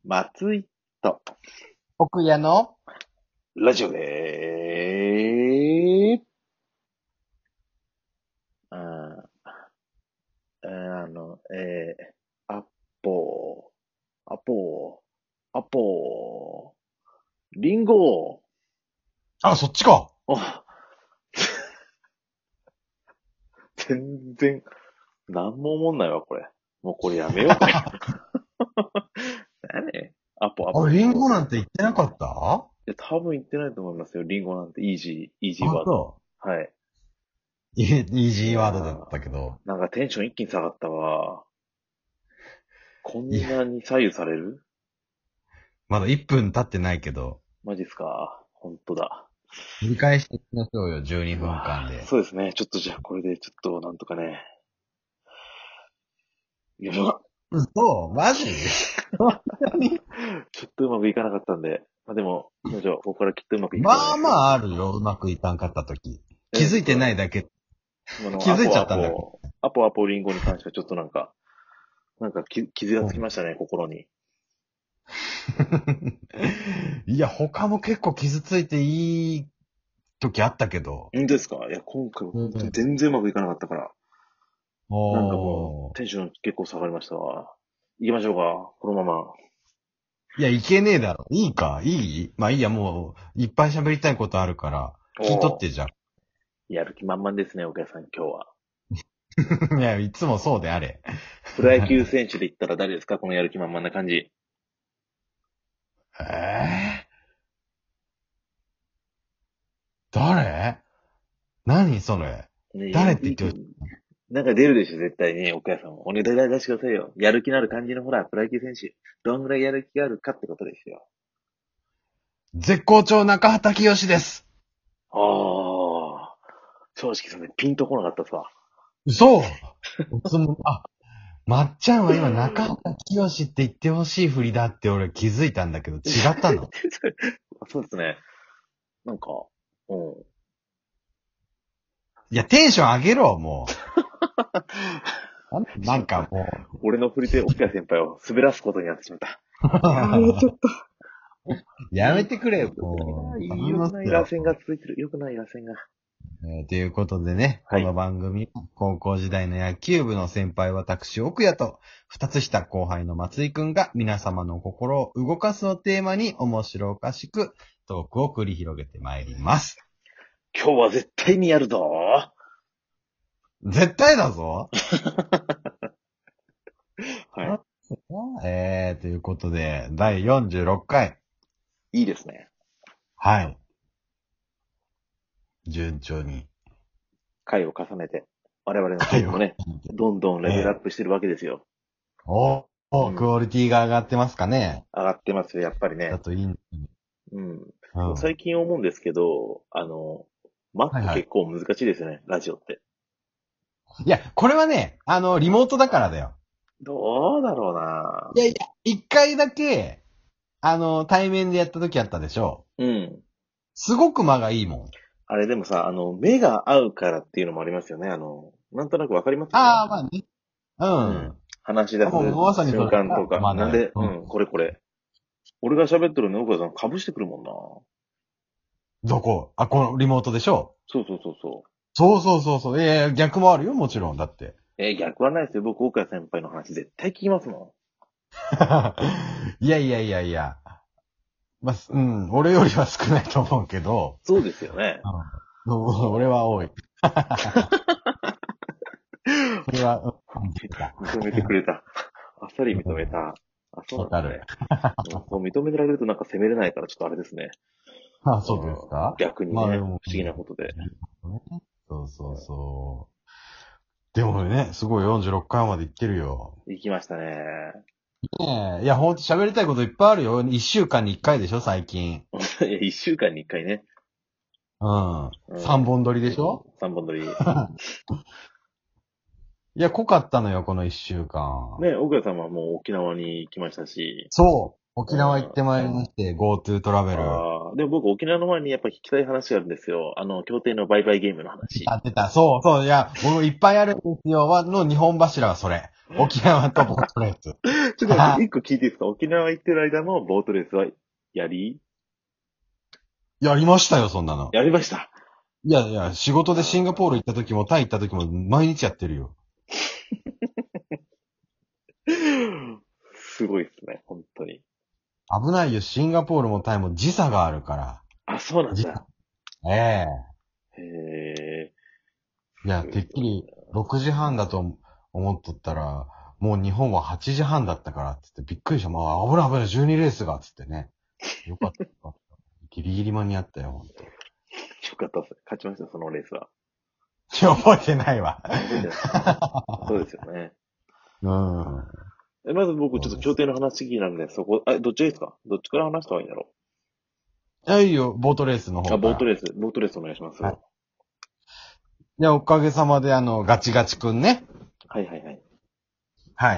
松井と、 奥屋のラジオでーあの、アポアポアポリンゴあ、そっちか。 あ、全然、なんも思んないわ、これ。もうこれやめようか。何アポアポ。 あ、 いリンゴなんて言ってなかった？ や、多分言ってないと思いますよ。リンゴなんてイージーあ、 ワード。 そはい。 う。イージいやーワードだっー、 たけど。 なんかテンション一気に下がったわ。こいや、 んなに左右される？ まだ1分経ってないけど、 マジっすか？ほんとだ。 繰り返していきましょうよ、12 う分わぁ、 間で。 そうですね。ちょっとじゃあこれでちょっとなんとかね。よいしょ。 嘘？マジ？本当に？ ちょっとうまくいかなかったんで。まあでも、よいしょ。ここからきっとうまくいくと思いまあまますよ。 ああるよ、うまくいかんかった時。気づいてないだけ。気づいちゃったんだ。 アポアポリンゴに関してはちょっとなんか傷がつきましたね、心に。 いや、他も結構傷ついていい時あったけど。 本当ですか？いや、今回は本当に全然うまくいかなかったから。なんかもう、 おー。 テンション結構下がりましたわ。行きましょうか。このまま。 いや、いけねえだろ。いいか？いい？まあいいや、もう、いっぱい喋りたいことあるから、聞いとっおー、 てじゃん。 やる気満々ですね、お客さん今日は。 いや、いつもそうであれ。 プロ野球選手で言ったら誰ですか？このやる気満々な感じ。 え誰？何それ？ ね、 誰って言ってほしい？ なんか出るでしょ、絶対に、岡谷さんも。お願い出してくださいよ。やる気のある感じの、ほら、プロ野球選手。どんぐらいやる気があるかってことですよ。 絶好調中畑清です。 ああ、正直それピンとこなかったっすわ。 嘘？まっちゃんは今中畑清って言ってほしい振りだって俺気づいたんだけど違ったの？ そうですね。なんか、うん。 いや、テンション上げろ、もう。なんしまった。 かも俺の振りで岡谷先輩を滑らすことになってしまった。 う、やめてくれよ、 いい、 もう。頼み良くますよ。 ない螺旋が続いてる。良くない螺旋が。 ということでね、 はい。 この番組、高校時代の野球部の先輩私、奥谷と、二つ下後輩の松井くんが皆様の心を動かすをテーマに面白おかしくトークを繰り広げてまいります。 今日は絶対にやるぞ。 絶対だぞ。 はい。 ということで、第46回。 いいですね。 はい。順調に。 回を重ねて、我々のトー回を。 クもね、どんどんレベルアップしてるわけですよ。 クオリティが上がってますかね？ 上がってますよ、やっぱりね。 だといい。うん。 うん。最近思うんですけど、マックはいはい。 結構難しいですよね、ラジオって。 いや、これはね、リモートだからだよ。 どうだろうな。 いやいや、一回だけ、対面でやった時あったでしょ？ うん。 すごく間がいいもん。 あれでもさ、目が合うからっていうのもありますよね。なんとなくわかりますよね。 ああ、まあね。うん。 うん。話し出すもうまさにそ瞬れが間とか。 間だよ。 なんで、うん、これこれ。俺が喋ってるの、岡田さん被してくるもんな。 どこ？あ、このリモートでしょ？ そうそうそうそう。 そうそうそうそう。逆もあるよ、もちろん。だって。 逆はないですよ。僕、岡谷先輩の話絶対聞きますもいやいやいやいや。まあ、うん、俺よりは少ないと思うけど、 ん。そうですよね。 俺は多い。それは、 認めてくれた。あっさり認めた。あ、そうわかる。 なんですね。そう認められるとなんか責めれないからちょっとあれですね。 あ、そうですか？ 逆にね、 まあでも、 不思議なことで。 そうそうそう。でもね、すごい46回まで行ってるよ。 行きましたね。 ねえ、いや、ほんと喋りたいこといっぱいあるよ。1週間に1回でしょ、最近。 いや、一週間に一回ね。 うん。 うん。 3本撮りでしょ？ 三本撮り。 いや、濃かったのよ、この1週間。 ね、奥谷さんはもう沖縄に行きましたし。 そう。 沖縄行ってまいりまして、GoTo トラベル。 ああ、でも僕沖縄の前にやっぱ聞きたい話があるんですよ。協定の売買ゲームの話。 出た。そうそう。いや、僕いっぱいあるんですよ。の日本柱はそれ。沖縄とボートレース。 ちょっと待って、一個聞いていいですか？沖縄行ってる間のボートレースはやりやりましたよ、そんなの。 やりました。 いやいや、仕事でシンガポール行った時も、タイ行った時も、毎日やってるよ。 すごいですね、本当に。 危ないよ、シンガポールもタイも時差があるから。 あ、そうなんだ。 ええへえ。 いや、てっきり6時半だと思っとったら、もう日本は8時半だったからって言ってびっくりした。もう危ない危ない、12レースが、つってね。よかった。ギリギリ間に合ったよ、ほんと。 よかったっす。勝ちました、そのレースは。 いや、覚えてないわ。 覚えてない。そうですよね。 うん。 まず僕ちょっと協定の話気になるんで、そこ、どっちがいいですか？どっちから話した方がいいんだろいや、いいよ、ボートレースのう。 方から。 ボートレースお願いします。 はい。で、おかげさまでガチガチくんね。 はいはいはい。 はい、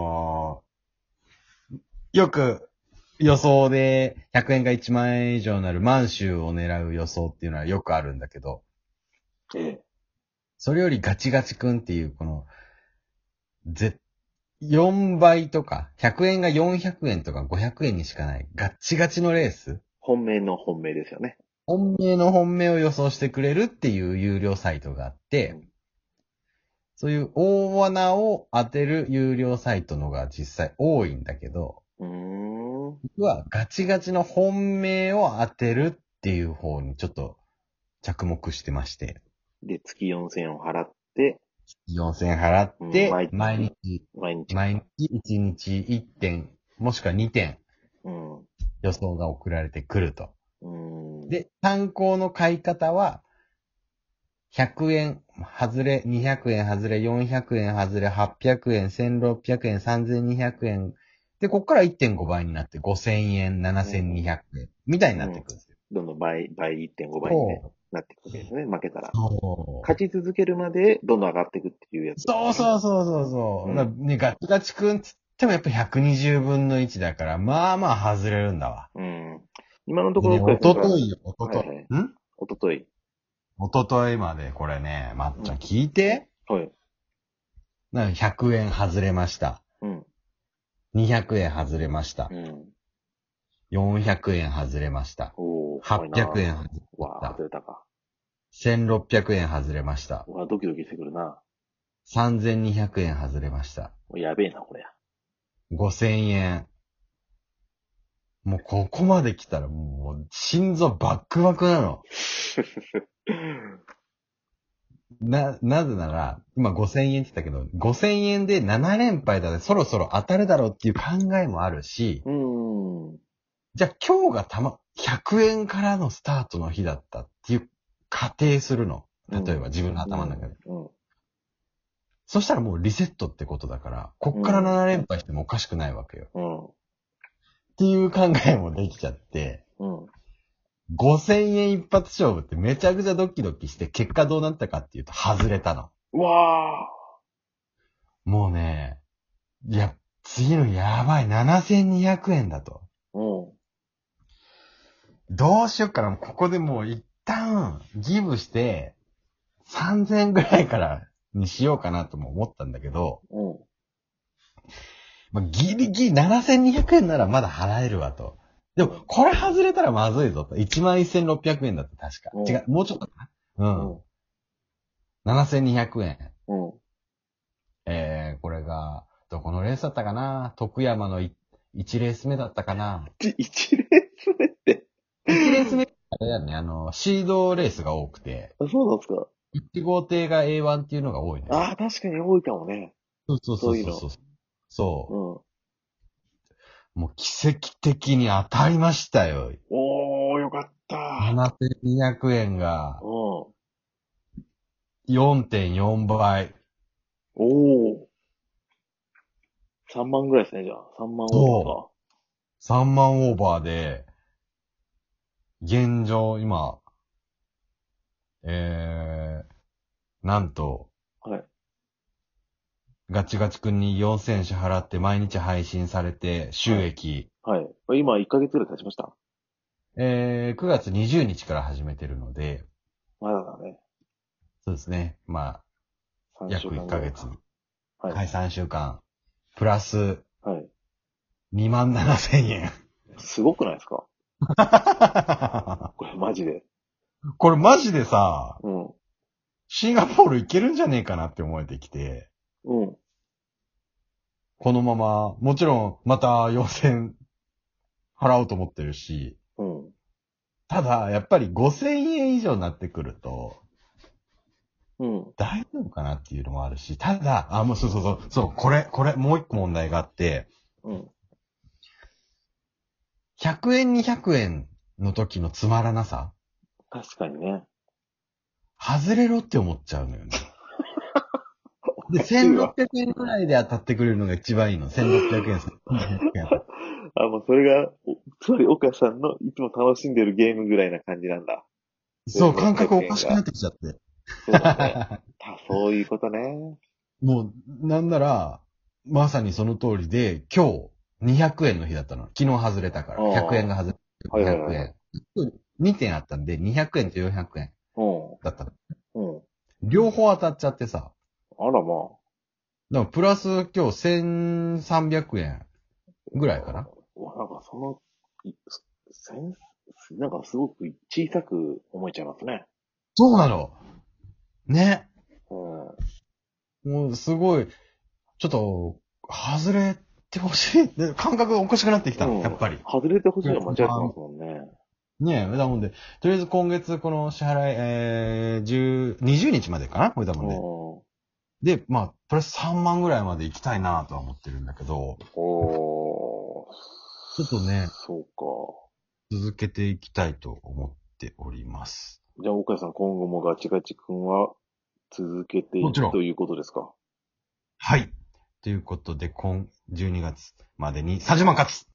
よく予想で100円が1万円以上になる満州を狙う予想っていうのはよくあるんだけど、 ええ。 それよりガチガチくんっていう、4倍とか、100円が400円とか500円にしかないガッチガチのレース、 本命の本命ですよね。 本命の本命を予想してくれるっていう有料サイトがあって、そういう大罠を当てる有料サイトのが実際多いんだけど、 うーん。 僕はガチガチの本命を当てるっていう方にちょっと着目してまして、 で、月4000円を払って、 4000円払っうん、 て、毎日毎日。 1日1点、もしくは2点うん。 予想が送られてくると。 うん。 で、参考の買い方は、100円外れ、200円外れ、400円外れ、800円、1600円、3200円。で、こっから1.5倍になって5000円、7200円。みたいになっていくんですよ。 どんどん倍1.5倍にね、なっていくわけですね、負けたら。 そう。 勝ち続けるまで、どんどん上がっていくっていうやつですね。 そうそうそうそうそう。 うんだからね、ガチガチくんつってもやっぱ120分の1だから、まあまあ外れるんだわ。 うん。今のところ、 でね、お奥谷さんが、 とといよ、おととはいはい。 い。 おととい。 おとといまでこれね、まっちゃんうん。 聞いて。 はい。 100円外れました。 うん。 200円外れました。 うん。 400円外れました。 おー、怖いな 800円外れまわー、 した。 外れたか。 1600円外れました。 うわー、ドキドキしてくるな。 3200円外れました。 やべえな、これ。 5000円。もうここまで来たらもう心臓バックバクなの。なぜなら、今5000円って言ったけど、5000円で7連敗だね、そろそろ当たるだろうっていう考えもあるし、じゃあ今日が100円からのスタートの日だったっていう仮定するの。例えば自分の頭の中で。そしたらもうリセットってことだから、こっから7連敗してもおかしくないわけよ。っていう考えもできちゃって、5000円一発勝負ってめちゃくちゃドキドキして、結果どうなったかっていうと外れたの。 うわもうね、いや、次のやばい、7200円だと。 ー。 どうしよっかな、ここでもう一旦ギブして、3000円ぐらいからにしようかなとも思ったんだけど、まあ、ギリギリ7200円ならまだ払えるわと。でも、これ外れたらまずいぞと。11,600円だった、確か。違う、もうちょっとかな。うん。7200円。これが、どこのレースだったかな？徳山の1レース目だったかな 1レース目って。 1レース目、あれだね、シードレースが多くて、 あ、そうなんですか。 1号艇が A1 っていうのが多いね。 ああ、確かに多いかもね。 そうそうそうそうそう。そう。もう奇跡的に当たりましたよ。 おー、よかった。 7200円が4.4倍。 おー。3万ぐらいですね、じゃあ。3万オーバーか。 3万オーバーで、現状今、なんと、 はい。 ガチガチ君に4000支払って毎日配信されて、収益はい。今1ヶ月ぐらい経ちました？ 9月20日から始めてるので、 まだだね。 そうですね。まあ、 3週約1 間ぐらいか。 ヶ月。 はい。 はい、3週間。プラスはい。 27,000円。 すごくないですか？これマジで。 これマジでさ、 うん。 シンガポール行けるんじゃねえかなって思えてきて、 うん。 このまま、もちろんまた4000払おうと思ってるし、 うん。 ただ、やっぱり5000円以上になってくると、 うん。 大丈夫かなっていうのもあるし、ただ、もうそう、これ、もう一個問題があって、 うん。 100円200円の時のつまらなさ、 確かにね。 外れろって思っちゃうのよね。 おで、 かしいわ。 1600円ぐらいで当たってくれるのが一番いいの。1600円、1700円。 もうそれが、つまり岡さんのいつも楽しんでるゲームぐらいな感じなんだ。 そう、感 1600 覚おか円が。 しくなってきちゃって。 そうだね。そういうことね。 もう、なんなら、まさにその通りで、今日200円の日だったの。昨日外れたかあら。100円あ。 が外れてはいはい 200 はいはい。 円。2点あったんで、200円と400円うだったの。 ん。うん。 両方当たっちゃってさ。 あらまだからプラス今日1300円ぐらいかな。 なんかその、いせん、なんかすごく小さく思えちゃいますね。 そうなの。ね。 うん。 もうすごい、ちょっと、外れてほしい。で感覚がおかしくなってきたの、やうん。 っぱり。 外れてほしいのは間違ってますもんね。 ねえ、だもんで、とりあえず今月この支払い、20日までかなこれだもんで。 うで、まあ、プラス3万ぐらいまで行きたいなとは思ってるんだけど、 ん。おー。 ちょっとね、 そうか。 続けていきたいと思っております。 じゃあ、岡谷さん、今後もガチガチ君は続けてもちろん。 いくということですか？ はい。ということで、12月までに30万勝つ